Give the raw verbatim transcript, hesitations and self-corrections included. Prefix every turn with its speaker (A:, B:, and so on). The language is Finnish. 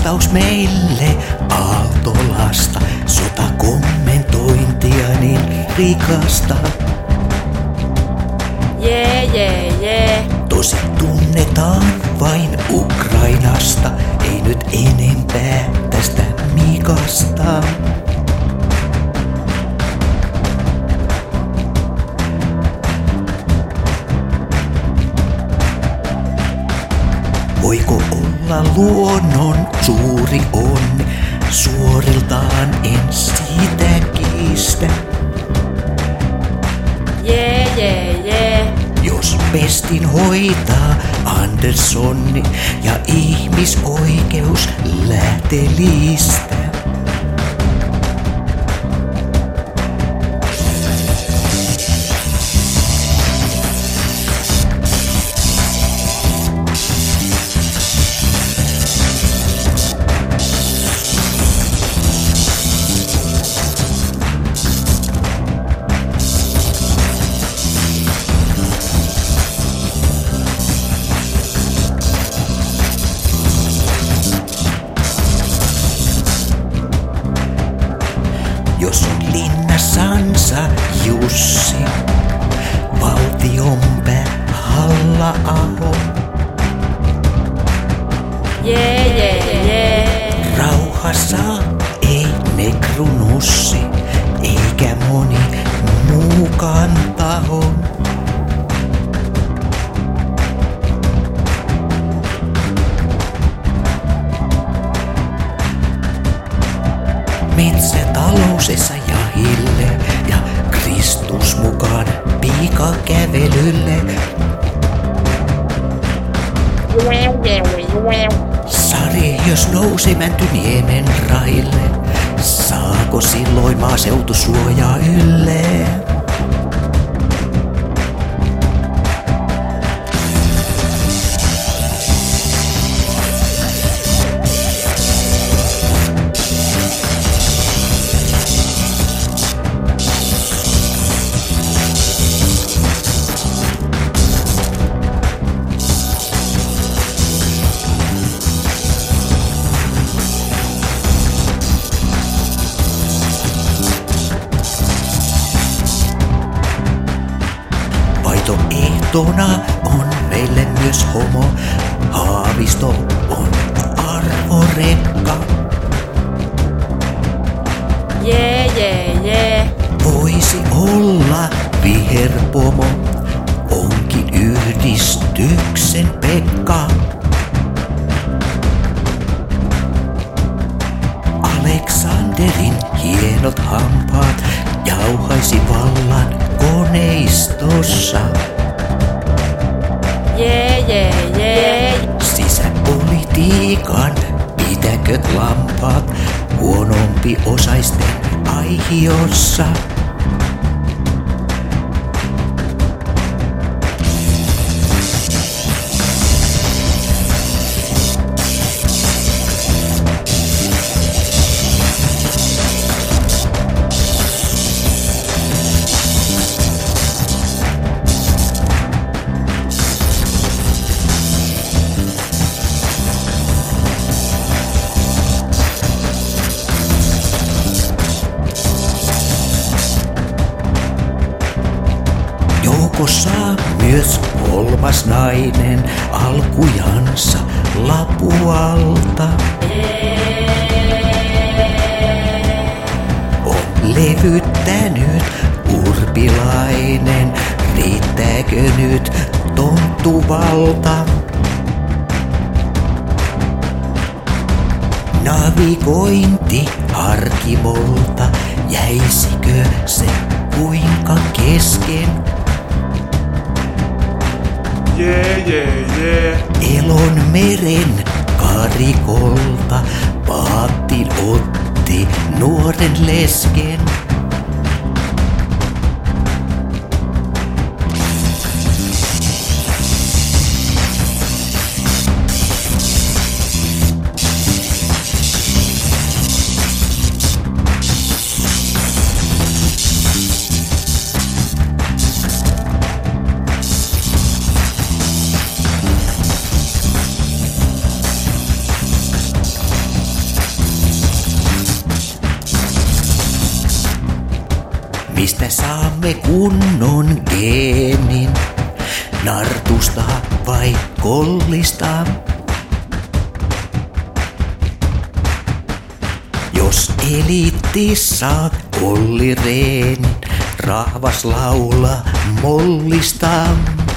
A: viisaus meille Aaltolasta, sota kommentointia niin rikasta.
B: Jee, jee, jee.
A: Tosi tunnetaan vain Ukrainasta, ei nyt enempää tästä Mikasta. Voiko olla luonnon suuri onni? Suoriltaan en siitä kiistä.
B: Jee, jee, jee.
A: Jos pestin hoitaa Anderssoni ja ihmisoikeus lähtelistä. Jos on linnassansa Jussi, valtionpää Halla-aho.
B: Jee, jee, jee.
A: Rauhassa ei nekrunussi, eikä moni muukaan taho. Metsätalousessa jahille ja Kristus mukaan piikakävelylle. Sari, jos nousee Mäntyniemen raille, saako silloin maaseutu suojaa ylle? Ehtona on meille myös homo, Haavisto on arvorekka.
B: Jee, jee, jee.
A: Voisi olla viherpomo, onkin yhdistyksen Pekka. Aleksanterin hienot hampaat jauhaisi vallan koneistossa.
B: Jee, jee, jee.
A: Sisäpolitiikan pitäköt lampaat huonompi osaisten aihiossa. Joukossa myös kolmas nainen alkujansa Lapualta. On levyttänyt Urpilainen, riittääkö nyt tonttuvalta? Navigointi Harkimolta, jäisikö se kuinka kesken?
C: Jee, jee, jee.
A: Elon meren karikolta Paatin otti nuoren lesken. Mistä saamme kunnon geenin? Nartusta vai kollista? Jos eliitti saa Olli Rehnin, rahvas laula mollista.